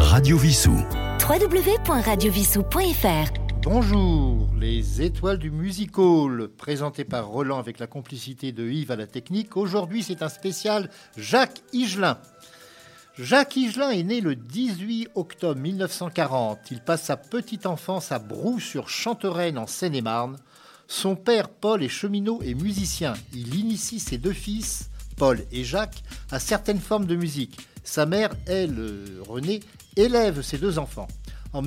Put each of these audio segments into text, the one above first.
Radio Vissou. www.radiovissou.fr. Bonjour, les étoiles du music hall, présenté par Roland avec la complicité de Yves à la technique. Aujourd'hui, c'est un spécial Jacques Higelin. Jacques Higelin est né le 18 octobre 1940. Il passe sa petite enfance à Brou-sur-Chantereine en Seine-et-Marne. Son père, Paul, est cheminot et musicien. Il initie ses deux fils, Paul et Jacques, à certaines formes de musique. Sa mère, elle, Renée, élève ses deux enfants. En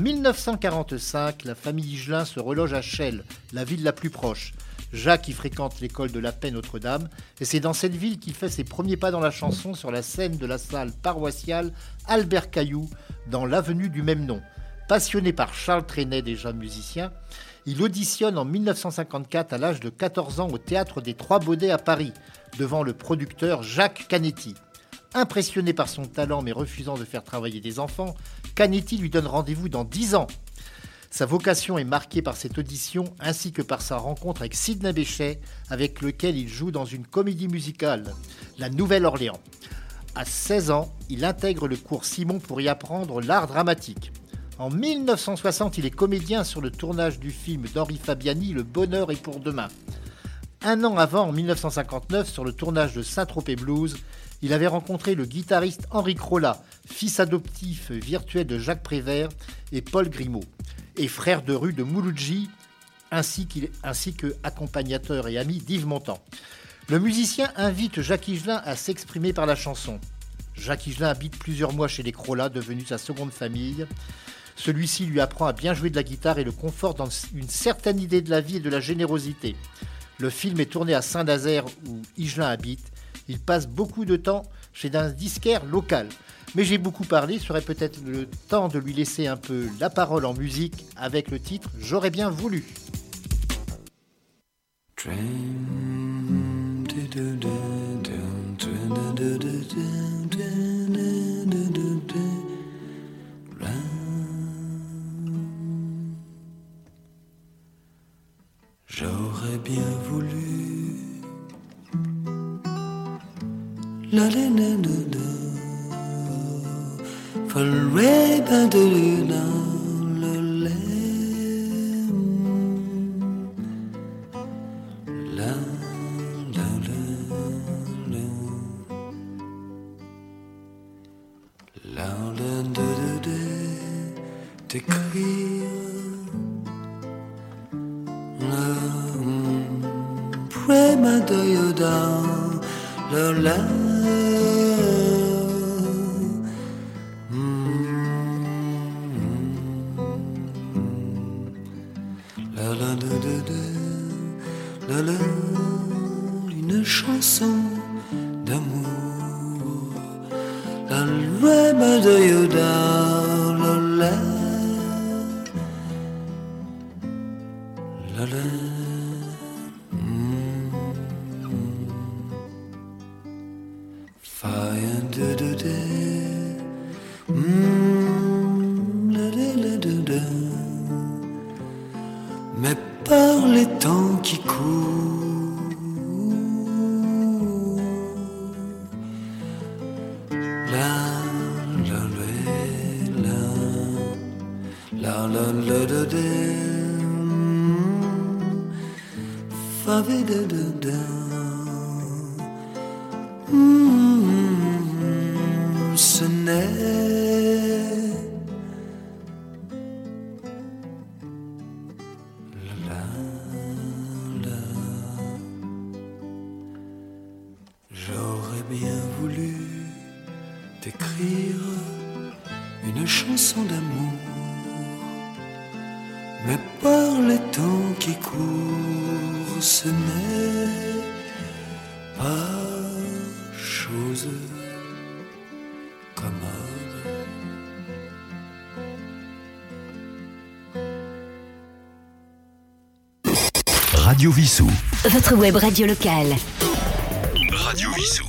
1945, la famille Higelin se reloge à Chelles, la ville la plus proche. Jacques y fréquente l'école de la Paix Notre-Dame, et c'est dans cette ville qu'il fait ses premiers pas dans la chanson sur la scène de la salle paroissiale Albert Cailloux, dans l'avenue du même nom. Passionné par Charles Trenet, déjà musicien, il auditionne en 1954 à l'âge de 14 ans au Théâtre des Trois Baudets à Paris, devant le producteur Jacques Canetti. Impressionné par son talent mais refusant de faire travailler des enfants, Canetti lui donne rendez-vous dans 10 ans. Sa vocation est marquée par cette audition ainsi que par sa rencontre avec Sidney Bechet, avec lequel il joue dans une comédie musicale, La Nouvelle-Orléans. À 16 ans, il intègre le cours Simon pour y apprendre l'art dramatique. En 1960, il est comédien sur le tournage du film d'Henri Fabiani, Le Bonheur est pour demain. Un an avant, en 1959, sur le tournage de Saint-Tropez Blues, il avait rencontré le guitariste Henri Crolla, fils adoptif virtuel de Jacques Prévert et Paul Grimaud, et frère de rue de Mouloudji, ainsi que accompagnateur et ami d'Yves Montand. Le musicien invite Jacques Higelin à s'exprimer par la chanson. Jacques Higelin habite plusieurs mois chez les Crolla, devenus sa seconde famille. Celui-ci lui apprend à bien jouer de la guitare et le conforte dans une certaine idée de la vie et de la générosité. Le film est tourné à Saint-Nazaire où Higelin habite. Il passe beaucoup de temps chez un disquaire local. Mais j'ai beaucoup parlé, ce serait peut-être le temps de lui laisser un peu la parole en musique avec le titre « J'aurais bien voulu ». J'aurais bien voulu la la la la la faudrait bien de la la la la la la la la de t'écrire Prema doyoda la la la la la la une chanson d'amour la prema doyoda la la la la mais par les temps qui courent, la la la la la la la fave de ce n'est j'aurais bien voulu t'écrire une chanson d'amour, mais par les temps qui courent, ce n'est pas chose commode. Radio Vissou. Votre web radio locale. Radio Vissou.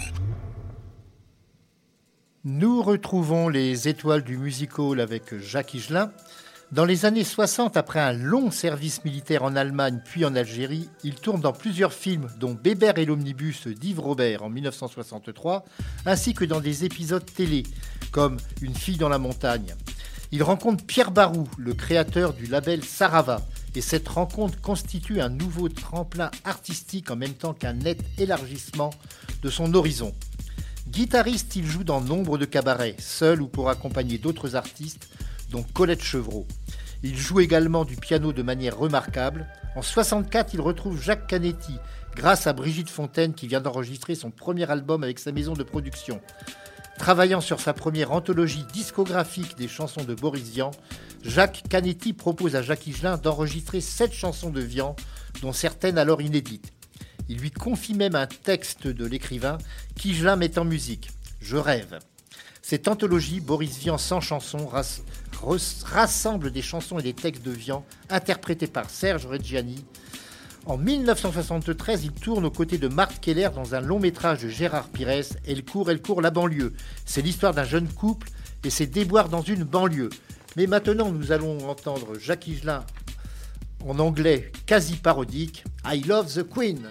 Nous retrouvons les étoiles du music hall avec Jacques Higelin. Dans les années 60, après un long service militaire en Allemagne puis en Algérie, il tourne dans plusieurs films, dont Bébert et l'omnibus d'Yves Robert en 1963, ainsi que dans des épisodes télé, comme Une fille dans la montagne. Il rencontre Pierre Barou, le créateur du label Sarava. Et cette rencontre constitue un nouveau tremplin artistique en même temps qu'un net élargissement de son horizon. Guitariste, il joue dans nombre de cabarets, seul ou pour accompagner d'autres artistes, dont Colette Chevreau. Il joue également du piano de manière remarquable. En 1964, il retrouve Jacques Canetti, grâce à Brigitte Fontaine qui vient d'enregistrer son premier album avec sa maison de production. Travaillant sur sa première anthologie discographique des chansons de Boris Vian, Jacques Canetti propose à Jacques Higelin d'enregistrer 7 chansons de Vian, dont certaines alors inédites. Il lui confie même un texte de l'écrivain qu'Higelin met en musique. Je rêve. Cette anthologie, Boris Vian sans chansons, rassemble des chansons et des textes de Vian interprétés par Serge Reggiani. En 1973, il tourne aux côtés de Marthe Keller dans un long métrage de Gérard Pires, Elle court, la banlieue. C'est l'histoire d'un jeune couple et ses déboires dans une banlieue. Mais maintenant, nous allons entendre Jacques Higelin en anglais quasi parodique. I love the Queen.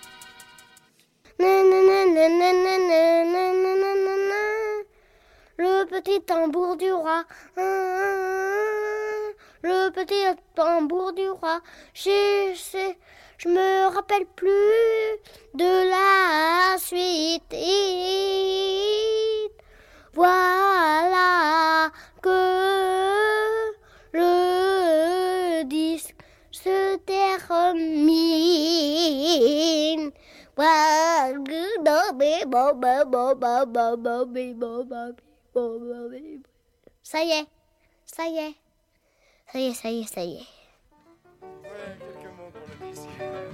Le petit tambour du roi, le petit tambour du roi. Je me rappelle plus de la suite. Voilà que le disque se termine. Ça y est. Ouais, quelques mots pour le disque.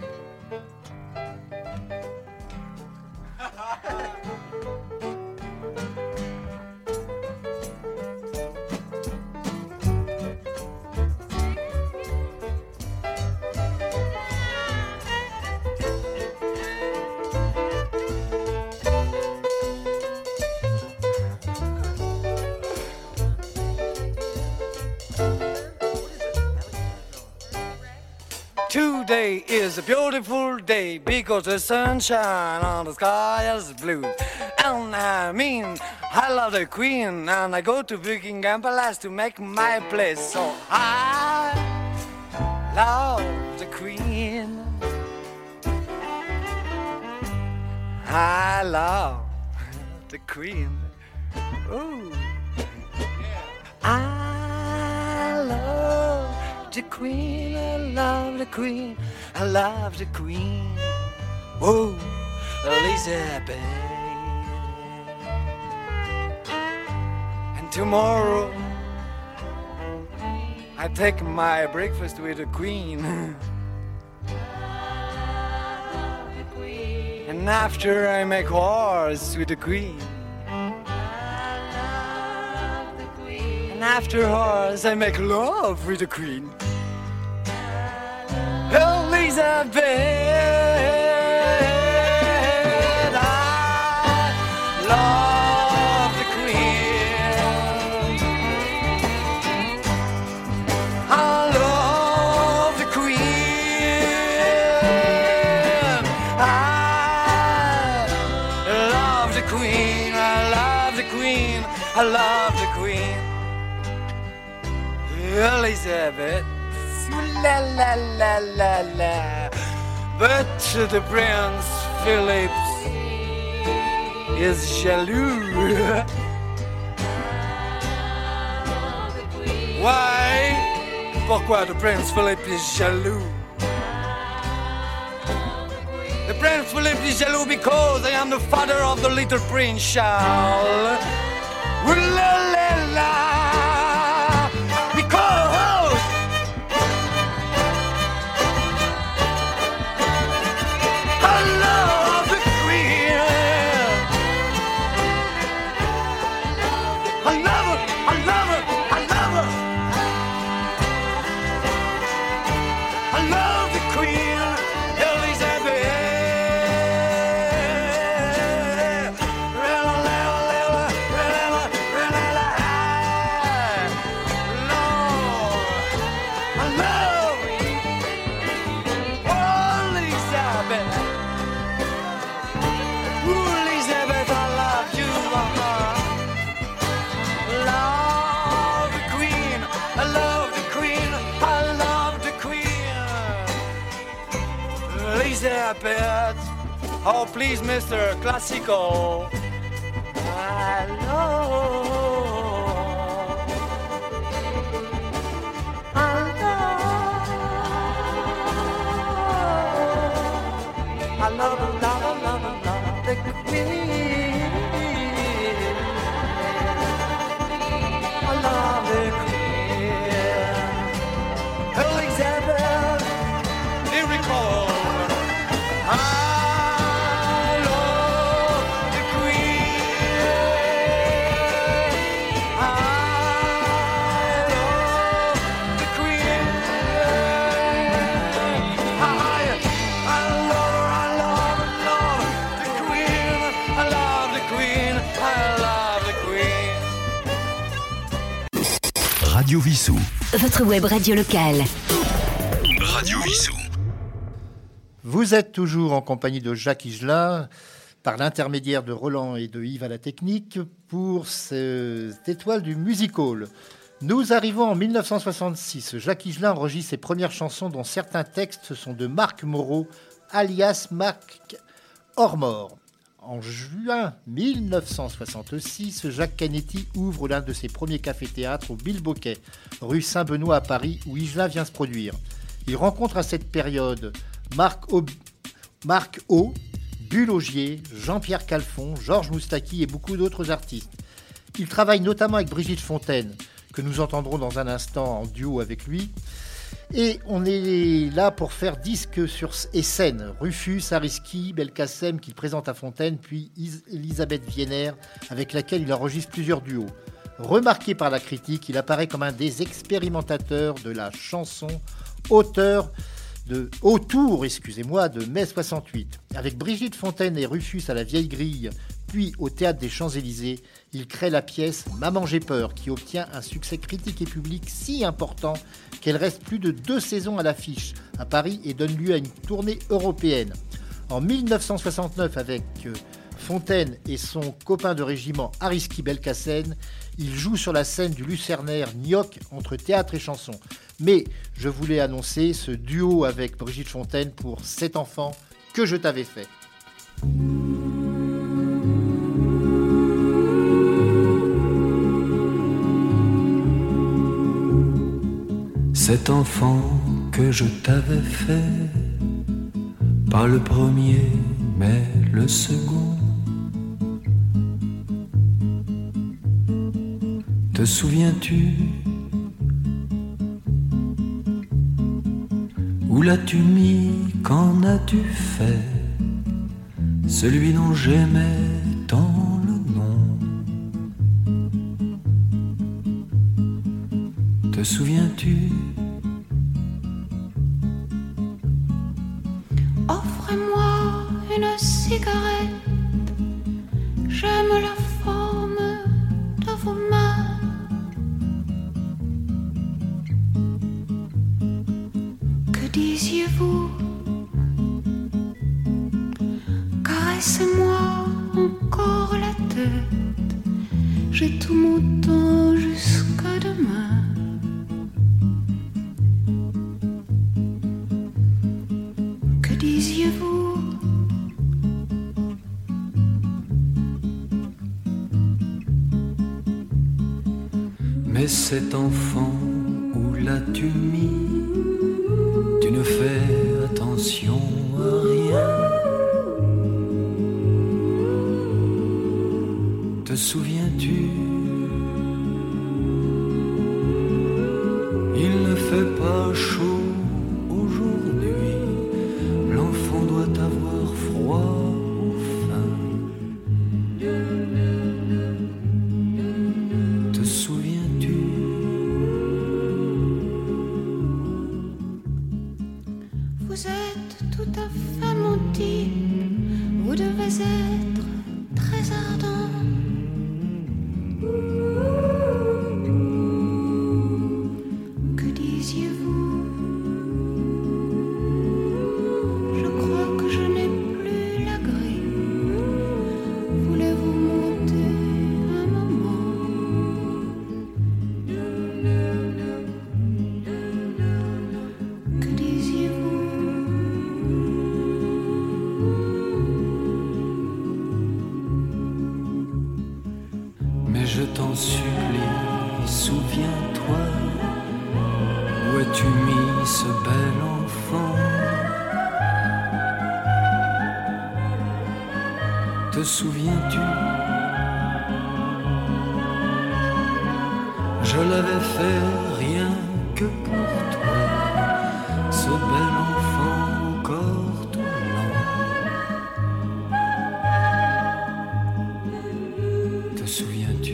Today is a beautiful day because the sunshine on the sky is blue. And I mean, I love the Queen and I go to Buckingham Palace to make my place. So I love the Queen. I love the Queen. Ooh. I love the Queen, I love the Queen, I love the Queen. Whoa, Elizabeth. And tomorrow I take my breakfast with the Queen. And after I make wars with the Queen. And after wars I make love with the Queen. Elizabeth, I love the Queen. I love the Queen. I love the Queen. I love the Queen. I love the Queen. Elizabeth. La la la la la. But the Prince Philip is jaloux. Why? Pourquoi the Prince Philip is jaloux? The Prince Philip is jaloux because I am the father of the little Prince Charles. Ooh la la la. Elizabeth, I love you, Elizabeth. Oh, please, Mr. Classical. I love the Queen. I love the Queen. Elizabeth, lyrical. I love the Queen. I love the Queen. I love the Queen. I love the Queen. I love the Queen. Radio Vissou. Votre web radio locale. Radio Vissou. Vous êtes toujours en compagnie de Jacques Higelin, par l'intermédiaire de Roland et de Yves à la technique, pour cette étoile du music hall. Nous arrivons en 1966. Jacques Higelin enregistre ses premières chansons dont certains textes sont de Marc Moreau, alias Marc Ormor. En juin 1966, Jacques Canetti ouvre l'un de ses premiers cafés-théâtres au Bilboquet, rue Saint-Benoît à Paris, où Higelin vient se produire. Il rencontre à cette période Marc O, Bulle Augier, Jean-Pierre Calfon, Georges Moustaki et beaucoup d'autres artistes. Il travaille notamment avec Brigitte Fontaine, que nous entendrons dans un instant en duo avec lui. Et on est là pour faire disque et scène. Rufus, Ariski, Belkacem qu'il présente à Fontaine, puis Elisabeth Vienner, avec laquelle il enregistre plusieurs duos. Remarqué par la critique, il apparaît comme un des expérimentateurs de la chanson, autour de mai 68. Avec Brigitte Fontaine et Rufus à la Vieille Grille, puis au Théâtre des Champs-Élysées, il crée la pièce « Maman j'ai peur » qui obtient un succès critique et public si important qu'elle reste plus de 2 saisons à l'affiche à Paris et donne lieu à une tournée européenne. En 1969, avec Fontaine et son copain de régiment Ariski Belkacem, il joue sur la scène du Lucernaire Nioc entre théâtre et chanson. Mais je voulais annoncer ce duo avec Brigitte Fontaine pour Cet enfant que je t'avais fait. Cet enfant que je t'avais fait, pas le premier mais le second. Te souviens-tu? Où l'as-tu mis? Qu'en as-tu fait? Celui dont j'aimais tant le nom. Te souviens-tu? Offrez-moi une cigarette, j'aime la forme de vos mains. Que disiez-vous? Caressez-moi encore la tête, j'ai tout mon temps jusqu'à demain. Que disiez-vous? Mais cet enfant, où l'as-tu mis? Tu ne fais attention à rien. Te souviens-tu? Il ne fait pas chaud aujourd'hui. L'enfant doit avoir froid au fin. Te souviens-tu? Vous êtes tout à fait mon type, vous devez être très ardent. souviens-toi, où as-tu mis ce bel enfant? Te souviens-tu? Je l'avais fait rien que pour toi, ce bel enfant encore tout blanc. Te souviens-tu?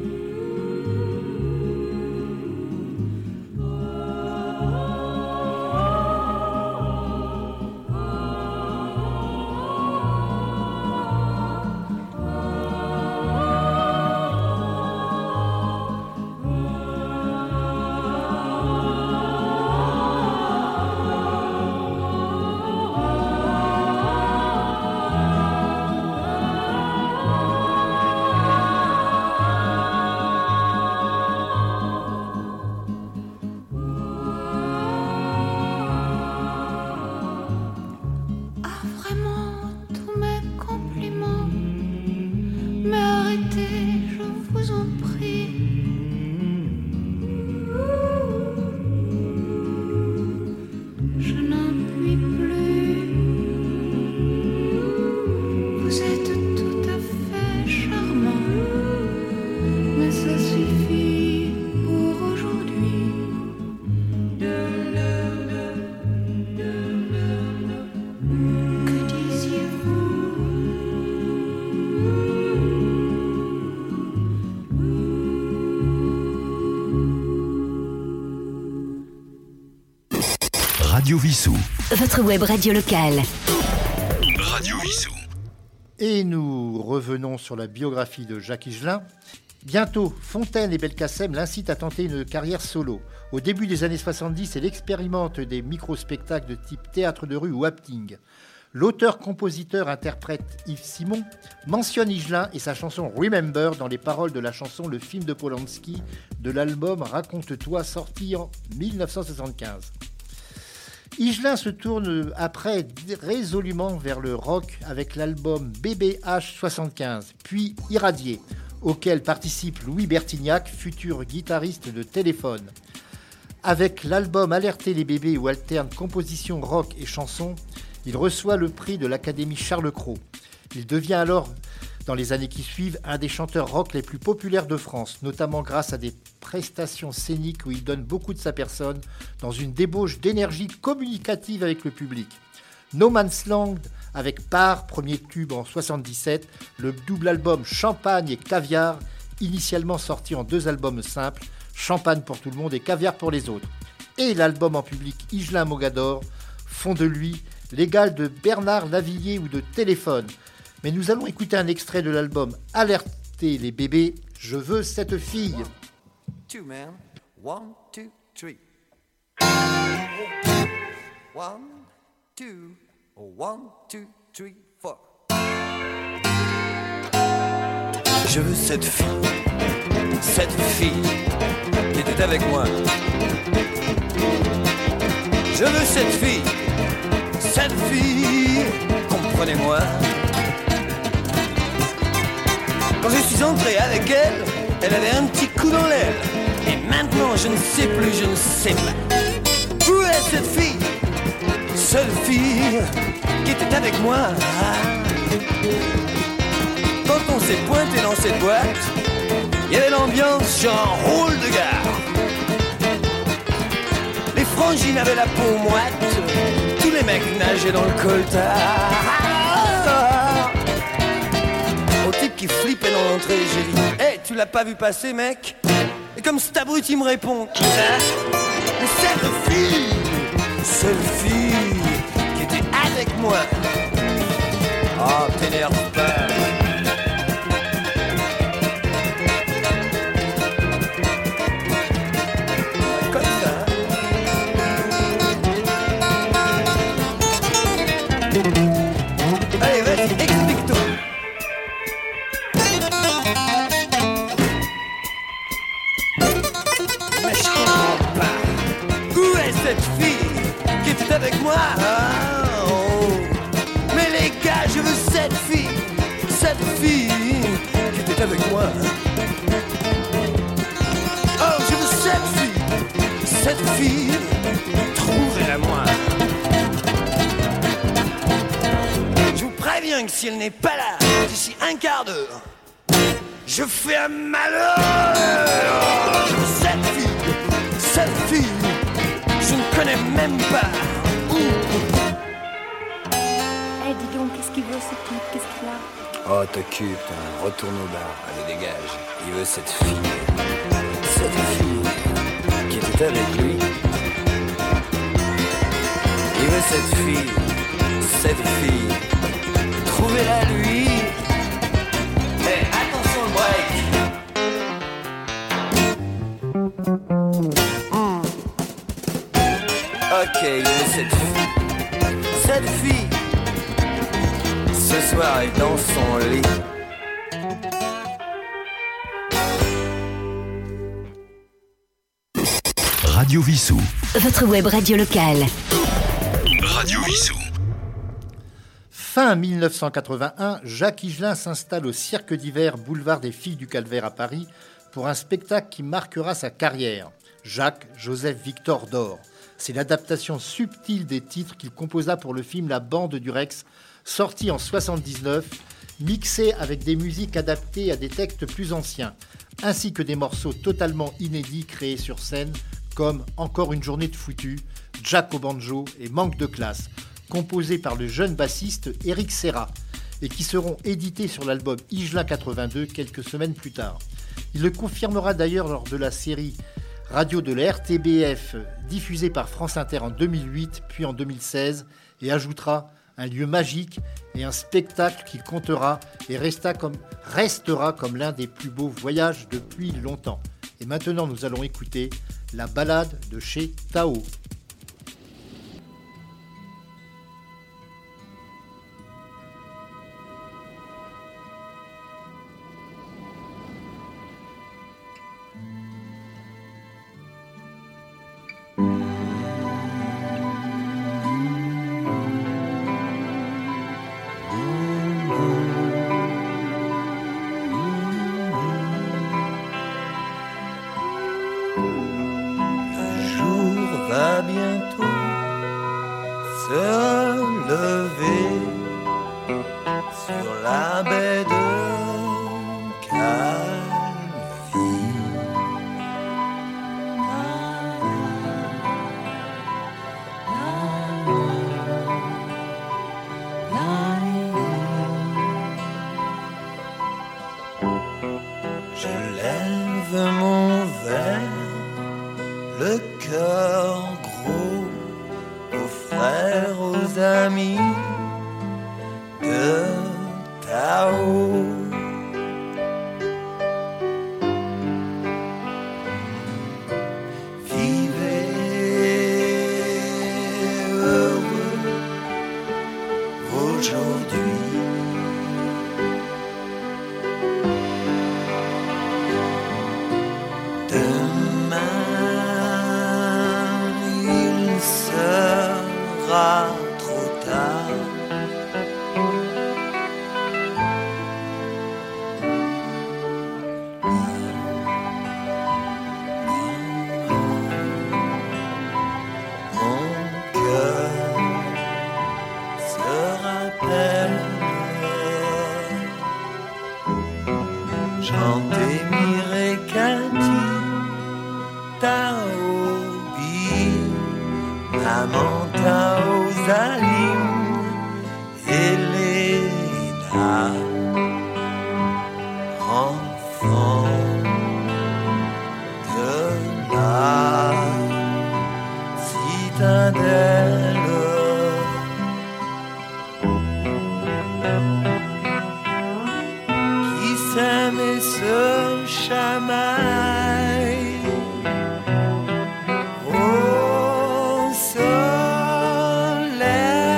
Radio Vissou. Votre web radio locale. Radio Vissou. Et nous revenons sur la biographie de Jacques Higelin. Bientôt, Fontaine et Belkacem l'incitent à tenter une carrière solo. Au début des années 70, elle expérimente des micro-spectacles de type théâtre de rue ou acting. L'auteur-compositeur-interprète Yves Simon mentionne Higelin et sa chanson Remember dans les paroles de la chanson Le film de Polanski de l'album Raconte-toi, sorti en 1975. Higelin se tourne après résolument vers le rock avec l'album BBH 75, puis Irradié, auquel participe Louis Bertignac, futur guitariste de Téléphone. Avec l'album Alerter les bébés où alterne composition rock et chanson, il reçoit le prix de l'Académie Charles Cros. Il devient alors, dans les années qui suivent, un des chanteurs rock les plus populaires de France, notamment grâce à des prestations scéniques où il donne beaucoup de sa personne dans une débauche d'énergie communicative avec le public. No Man's Land avec Part, premier tube en 77, le double album Champagne et Caviar, initialement sorti en 2 albums simples, Champagne pour tout le monde et Caviar pour les autres. Et l'album en public Higelin Mogador font de lui l'égal de Bernard Lavilliers ou de Téléphone. Mais nous allons écouter un extrait de l'album Alerter les bébés, Je veux cette fille. 2 man, 1, 2, 3. 1, 2, 1, 2, 3, 4. Je veux cette fille qui était avec moi. Je veux cette fille, comprenez-moi. Quand je suis entré avec elle, elle avait un petit coup dans l'aile. Et maintenant je ne sais plus, je ne sais pas. Où est cette fille, seule fille qui était avec moi? Quand on s'est pointé dans cette boîte, il y avait l'ambiance genre rôle de gare. Les frangines avaient la peau moite, tous les mecs nageaient dans le coltard. Au type qui flippait dans l'entrée, j'ai dit hey, tu l'as pas vu passer, mec? Et comme cet abruti me répond mais cette fille, seule fille qui était avec moi. Oh, t'énerve pas. Allez, vas-y, explique-toi. Mais je comprends pas. Où est cette fille qui était avec moi? Mais les gars, je veux cette fille qui était avec moi. bien que si elle n'est pas là d'ici un quart d'heure, je fais un malheur. Cette fille, je ne connais même pas. Eh, dis donc, qu'est-ce qu'il veut ce type? Qu'est-ce qu'il a? Oh, t'occupe, hein. Retourne au bar, allez dégage. Il veut cette fille qui était avec lui. Il veut cette fille, trouvez-la lui. Hey, attention le break. Ok, il veut cette fille. Ce soir est dans son lit. Radio Vissou. Votre web radio locale. Radio Vissou. Fin 1981, Jacques Higelin s'installe au Cirque d'hiver Boulevard des Filles du Calvaire à Paris pour un spectacle qui marquera sa carrière. Jacques Joseph Victor d'Or. C'est l'adaptation subtile des titres qu'il composa pour le film La Bande du Rex, sorti en 1979, mixé avec des musiques adaptées à des textes plus anciens, ainsi que des morceaux totalement inédits créés sur scène, comme Encore une journée de foutu, Jack au banjo et Manque de classe, composés par le jeune bassiste Éric Serra, et qui seront édités sur l'album Higelin 82 quelques semaines plus tard. Il le confirmera d'ailleurs lors de la série radio de la RTBF diffusée par France Inter en 2008 puis en 2016 et ajoutera un lieu magique et un spectacle qui comptera et restera comme l'un des plus beaux voyages depuis longtemps. Et maintenant nous allons écouter la balade de chez Tao. Au soleil.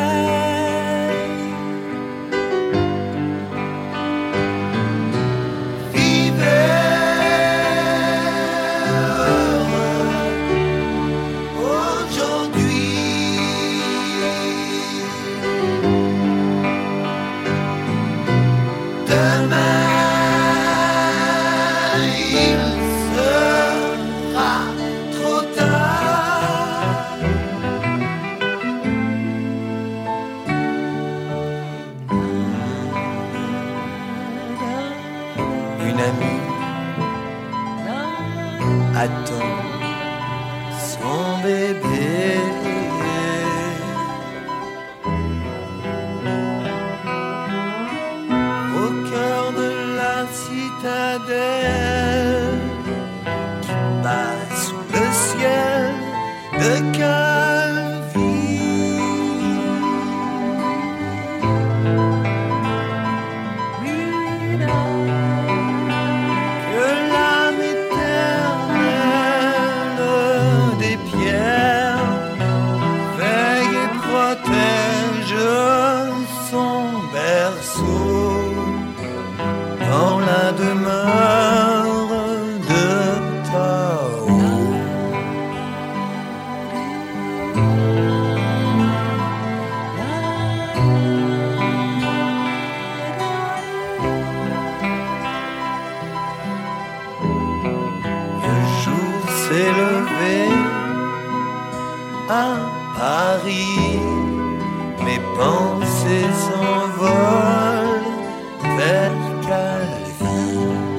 attend son bébé. Au cœur de la citadelle qui passe sous le ciel de Calvi. Que l'âme éternelle des pierres veille et protège son berceau dans la demeure de Tao. Le jour s'est levé à Paris, mes pensées s'envolent vers Calvi.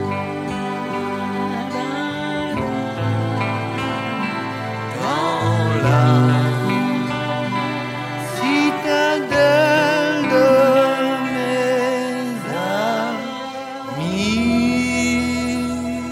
Dans la citadelle de mes amis.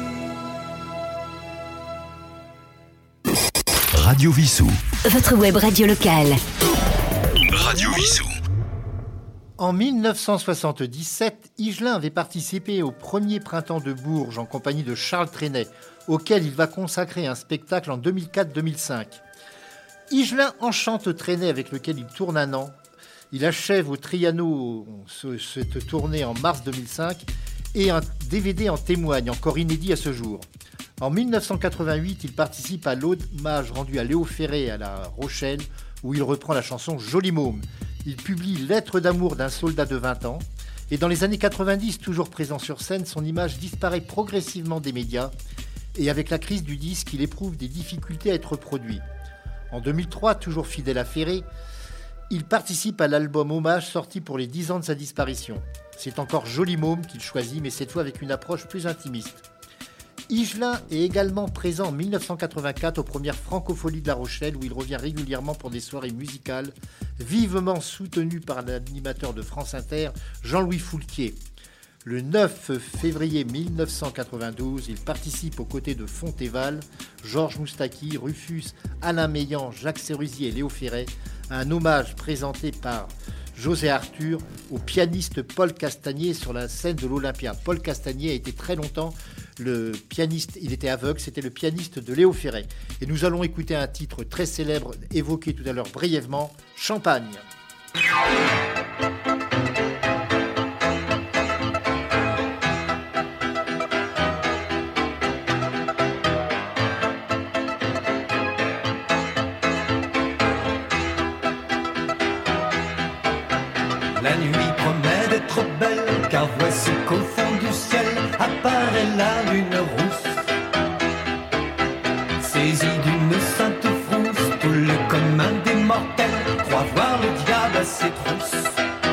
Radio Vissou. Votre web radio locale. Radio Vissou. En 1977, Higelin avait participé au premier printemps de Bourges en compagnie de Charles Trenet, auquel il va consacrer un spectacle en 2004-2005. Higelin enchante Trenet avec lequel il tourne un an. Il achève au Triano cette tournée en mars 2005 et un DVD en témoigne, encore inédit à ce jour. En 1988, il participe à l'hommage rendu à Léo Ferré à La Rochelle, où il reprend la chanson Joli Môme. Il publie Lettre d'amour d'un soldat de 20 ans. Et dans les années 90, toujours présent sur scène, son image disparaît progressivement des médias. Et avec la crise du disque, il éprouve des difficultés à être produit. En 2003, toujours fidèle à Ferré, il participe à l'album Hommage sorti pour les 10 ans de sa disparition. C'est encore Joli Môme qu'il choisit, mais cette fois avec une approche plus intimiste. Higelin est également présent en 1984 aux premières Francopholies de La Rochelle, où il revient régulièrement pour des soirées musicales, vivement soutenues par l'animateur de France Inter, Jean-Louis Foulquier. Le 9 février 1992, il participe aux côtés de Fontéval, Georges Moustaki, Rufus, Alain Meillan, Jacques Sérusier et Léo Ferré, à un hommage présenté par José Arthur au pianiste Paul Castagnier sur la scène de l'Olympia. Paul Castagnier a été très longtemps le pianiste, il était aveugle, c'était le pianiste de Léo Ferré. Et nous allons écouter un titre très célèbre, évoqué tout à l'heure brièvement, Champagne. La nuit promet d'être belle, car voici qu'au fond du ciel apparaît la lune rousse. Saisi d'une sainte frousse, tout le commun des mortels croit voir le diable à ses trousses.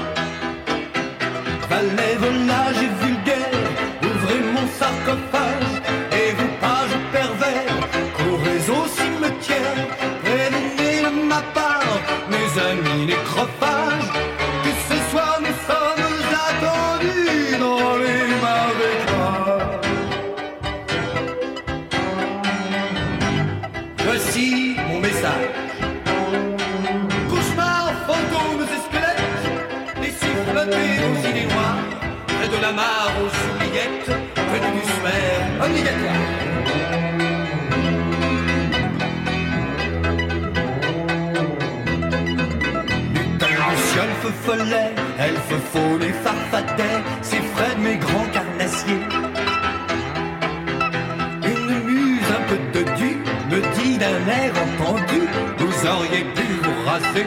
Valets, volages et vulgaires, ouvrez mon sarcophage, et vous pages pervers, courez au cimetière, prévenez de ma part mes amis nécrophages. Cauchemars, fantômes et squelettes, laissez flotter nos idées noires, près de la mare aux oubliettes, près du suaire obligatoire. Lutin, luciole, feu follet, elfe faune et farfadet, c'est Fred mes grands carnassiers. Une muse un peu dodue me dit d'un air entendu, vous auriez pu vous raser.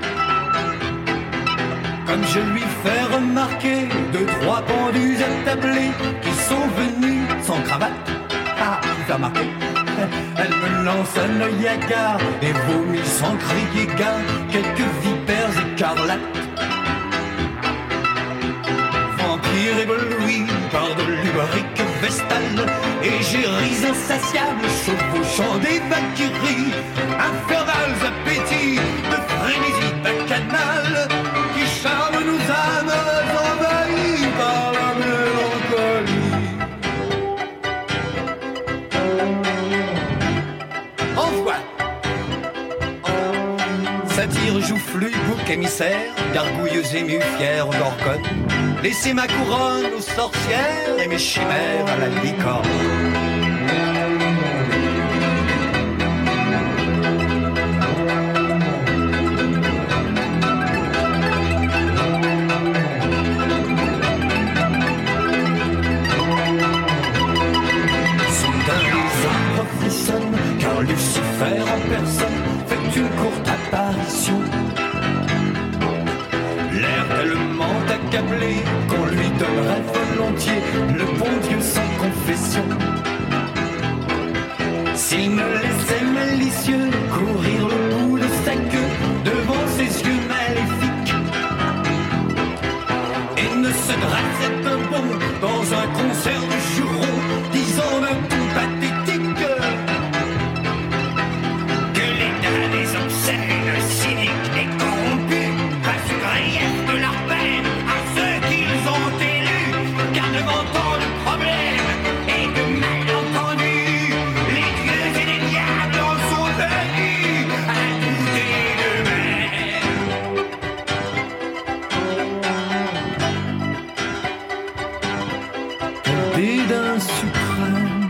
Comme je lui fais remarquer deux, trois pendus attablés qui sont venus sans cravate. Ah, vous avez remarqué. Elle me lance un œil hagard et vomit sans crier gare quelques vipères écarlates. Vampire ébloui par de l'ubérique vestale, égéries insatiables, chevauchant des valkyries, infernales appétits de frénésie bacchanale, qui charment nos âmes envahies par la mélancolie. Envoie! Satire, joufflu, bouc émissaire, gargouilleuse émue, fière gorgone, laissez ma couronne aux sorcières et mes chimères à la licorne. Soudain les arbres frissonnent, car Lucifer en personne fait une courte apparition. L'air tellement accablé qu'on lui donnerait volontiers le bon Dieu sans confession. S'il ne laissait malicieux courir le bout de sa queue devant ses yeux maléfiques et ne se dressait un bond dans un concert de jurons disant d'un ton pathétique que les damnés obscènes, cyniques et corrompus fassent grief de leur peine à ceux qu'ils ont élus, car devant tant de problèmes et de malentendus, les dieux et les diables en sont venus à douter d'eux-mêmes. Dédain suprême,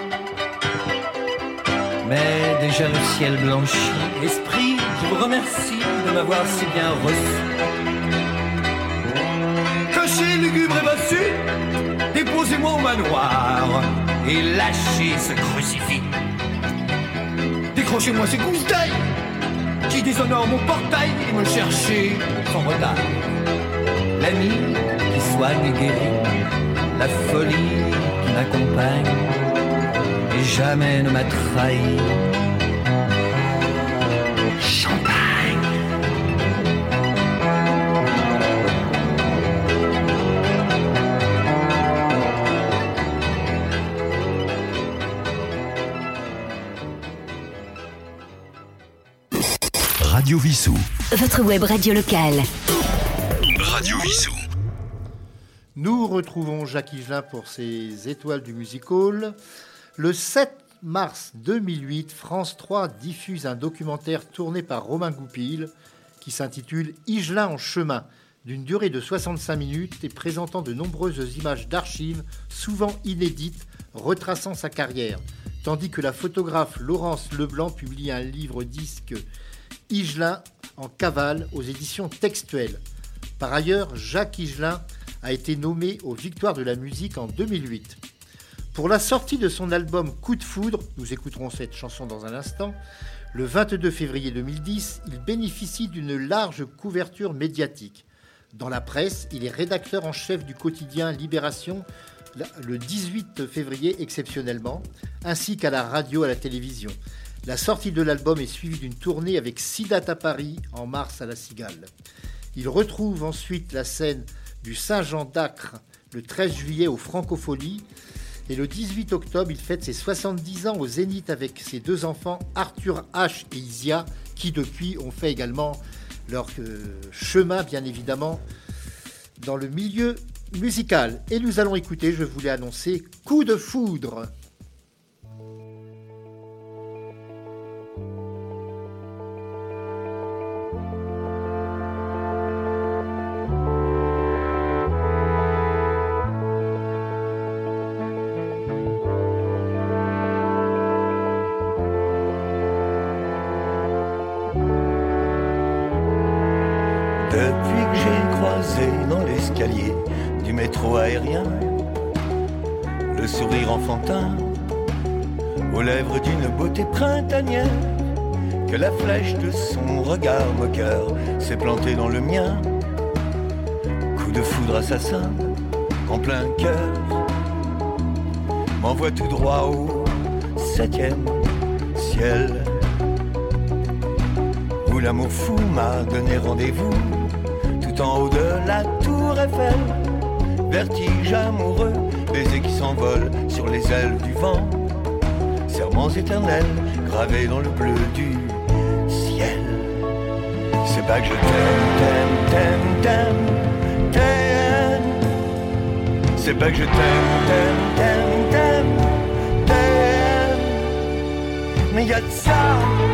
mais déjà le ciel blanchit. Esprit, je vous remercie de m'avoir si bien reçu. Cachez lugubre et bossu, déposez-moi au manoir et lâchez ce crucifix. Décrochez-moi ces gousses d'ail qui déshonorent mon portail et me cherchez sans retard. L'ami qui soigne et guérit, la folie qui m'accompagne et jamais ne m'a trahi. Champagne. Radio Vissou. Votre web radio locale. Radio Vissou. Nous retrouvons Jacques Higelin pour ses étoiles du music-hall. Le 7 mars 2008, France 3 diffuse un documentaire tourné par Romain Goupil qui s'intitule « Higelin en chemin », d'une durée de 65 minutes et présentant de nombreuses images d'archives, souvent inédites, retraçant sa carrière, tandis que la photographe Laurence Leblanc publie un livre-disque « Higelin en cavale » aux éditions Textuelles. Par ailleurs, Jacques Higelin a été nommé aux Victoires de la musique en 2008. Pour la sortie de son album Coup de foudre, nous écouterons cette chanson dans un instant, le 22 février 2010, il bénéficie d'une large couverture médiatique. Dans la presse, il est rédacteur en chef du quotidien Libération le 18 février exceptionnellement, ainsi qu'à la radio et à la télévision. La sortie de l'album est suivie d'une tournée avec 6 dates à Paris, en mars à la Cigale. Il retrouve ensuite la scène du Saint-Jean d'Acre le 13 juillet aux Francopholies et le 18 octobre, il fête ses 70 ans au Zénith avec ses 2 enfants Arthur H et Isia qui depuis ont fait également leur chemin bien évidemment dans le milieu musical. Et nous allons écouter, je vous l'ai annoncé, Coup de foudre. Depuis que j'ai croisé dans l'escalier du métro aérien le sourire enfantin aux lèvres d'une beauté printanière, que la flèche de son regard moqueur s'est plantée dans le mien, coup de foudre assassin en plein cœur, m'envoie tout droit au 7e ciel, où l'amour fou m'a donné rendez-vous tout en haut de la tour Eiffel. Vertige amoureux baisers qui s'envolent sur les ailes du vent, serments éternels gravés dans le bleu du ciel. C'est pas que je t'aime. C'est pas que je t'aime. Mais y'a de ça.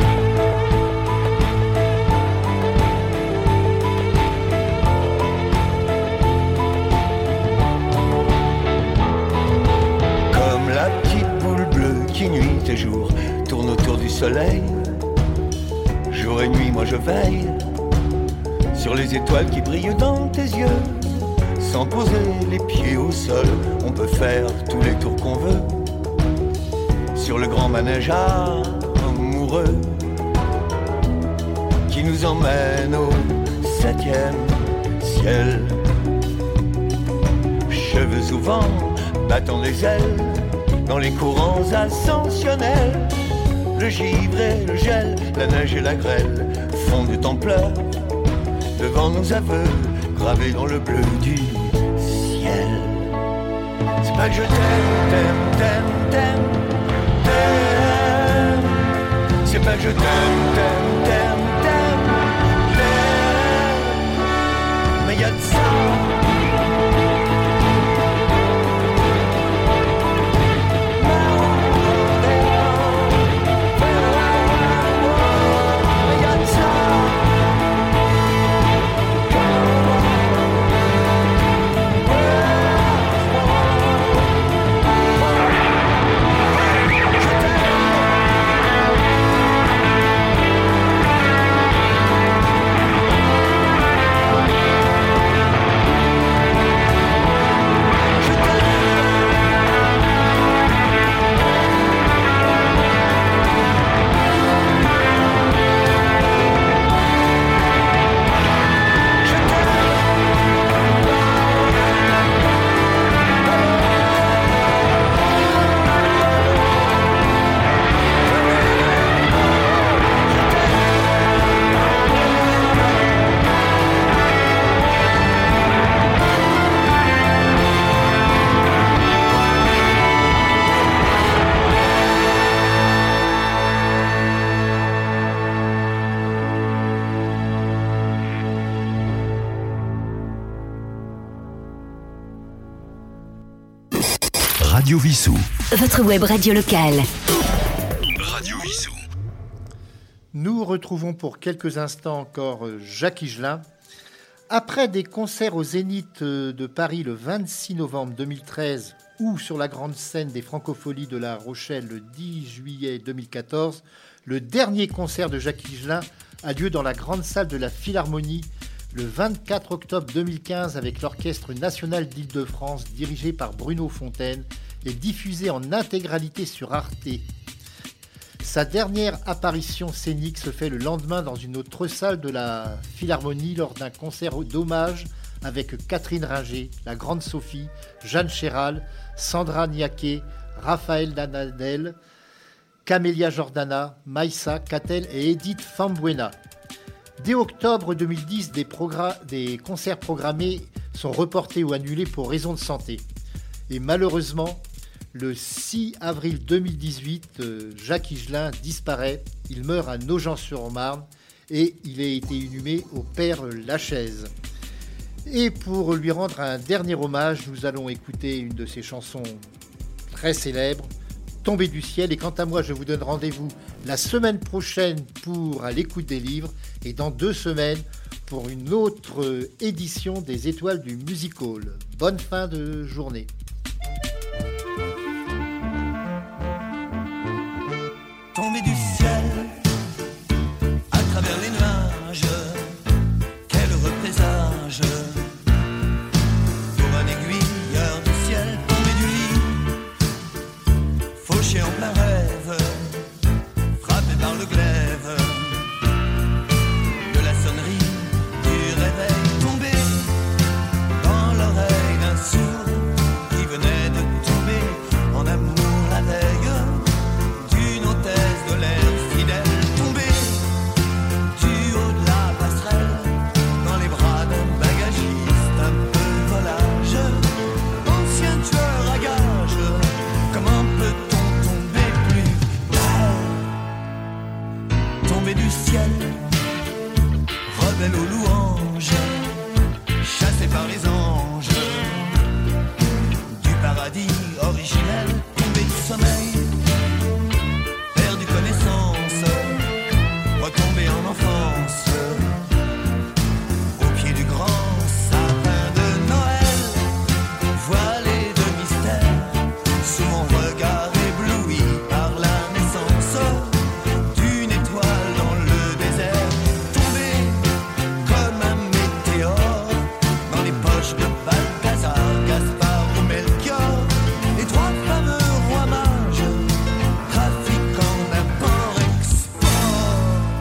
Comme la petite boule bleue qui nuit et jour tourne autour du soleil. Jour et nuit, moi je veille sur les étoiles qui brillent dans tes yeux. Sans poser les pieds au sol, on peut faire tous les tours qu'on veut. Sur le grand manège amoureux qui nous emmène au 7e ciel. Cheveux au vent, battant les ailes dans les courants ascensionnels. Le givre et le gel, la neige et la grêle fondent en pleurs devant nos aveux gravés dans le bleu du ciel. C'est pas que je t'aime. C'est pas que je t'aime. Mais y'a de ça. Radio Vissou. Votre web radio locale. Radio Vissou. Nous retrouvons pour quelques instants encore Jacques Higelin. Après des concerts au Zénith de Paris le 26 novembre 2013 ou sur la grande scène des Francopholies de La Rochelle le 10 juillet 2014, le dernier concert de Jacques Higelin a lieu dans la grande salle de la Philharmonie le 24 octobre 2015 avec l'Orchestre national d'Île-de-France dirigé par Bruno Fontaine et diffusé en intégralité sur Arte. Sa dernière apparition scénique se fait le lendemain dans une autre salle de la Philharmonie lors d'un concert d'hommage avec Catherine Ringer, la Grande Sophie, Jeanne Chéral, Sandra Niaquet, Raphaël Danadel, Camélia Jordana, Maïssa, Catel et Edith Fambuena. Dès octobre 2010, des concerts programmés sont reportés ou annulés pour raisons de santé. Et malheureusement, le 6 avril 2018, Jacques Higelin disparaît. Il meurt à Nogent-sur-Marne et il a été inhumé au Père-Lachaise. Et pour lui rendre un dernier hommage, nous allons écouter une de ses chansons très célèbres, Tombée du ciel. Et quant à moi, je vous donne rendez-vous la semaine prochaine pour À l'écoute des livres et dans 2 semaines pour une autre édition des Étoiles du Music Hall. Bonne fin de journée. Tombée du ciel à travers les nuages, quel heureux présage pour un aiguilleur du ciel. Tombé du lit, fauché en plein rêve, frappé par le glaive de la sonnerie du réveil. Tombé dans l'oreille d'un sourd qui venait de tomber en amour la veille d'une hôtesse de l'air fidèle. Tombé du haut de la passerelle rebelle aux louanges, chassé par les anges, du paradis originel, tombé du sommeil, perdu connaissance, retombé en enfance, au pied du grand sapin de Noël, voilé de mystère, sous mon regard ébloui par la naissance d'une étoile dans le désert, tombé comme un météore dans les poches de Balthazar, Gaspard ou Melchior, les trois fameux rois mages, trafiquants d'import-export,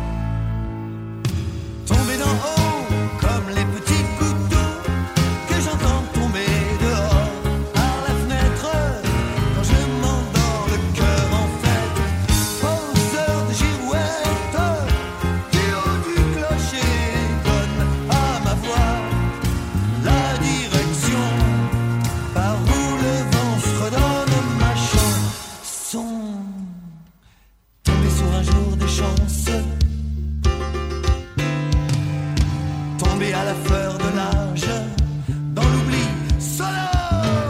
tombé d'en haut comme les petits couteaux que j'entends tomber dehors par la fenêtre quand je m'endors le cœur en fête, poseur de girouette du haut du clocher donne à ma voix la direction par où le vent fredonne ma chanson, tombé sur un jour de chance, tombé à la fleur de l'âge, dans l'oubli sonore.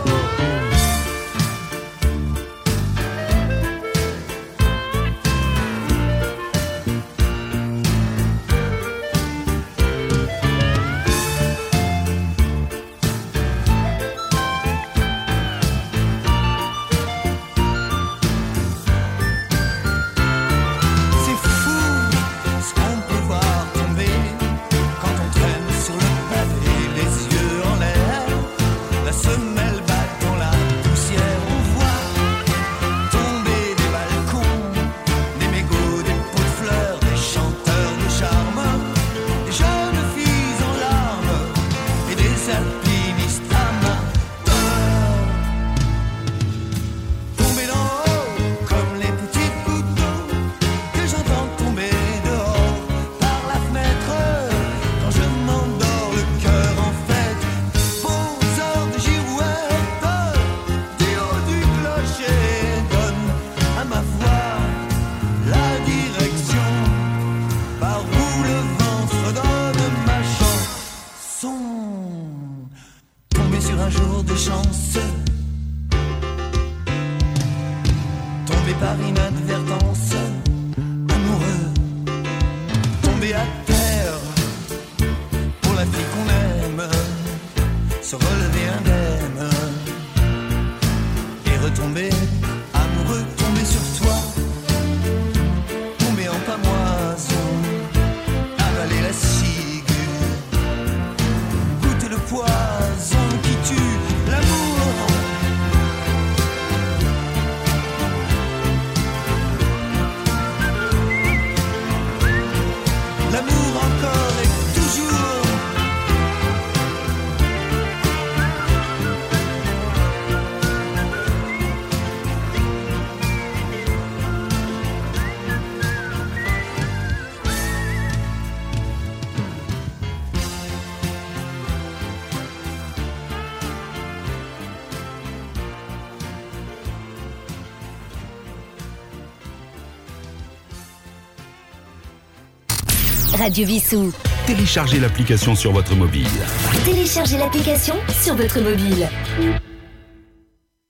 C'est fou ce qu'on peut voir tomber quand on traîne sur le pavé, les yeux en l'air, la semelle bat dans la poussière. On voit tomber des balcons, des mégots, des pots de fleurs, des chanteurs de charme, des jeunes filles en larmes et des alpinistes amateurs, tombés d'en haut comme les petits couteaux que j'entends tomber dehors par la fenêtre quand je m'endors le cœur en fête, poseur de girouette du haut du clocher donne à ma voix la direction par où le vent fredonne ma chanson, tombé sur un jour de chance, tombé par inadvertance, amoureux, tombé à terre pour la fille qu'on aime, se relever indemne et retomber amoureux, tombé sur toi, tombé en pamoison, avaler la ciguë, goûter le poison qui tue l'amour. L'amour encore et toujours. Radio Vissou. Téléchargez l'application sur votre mobile. Téléchargez l'application sur votre mobile.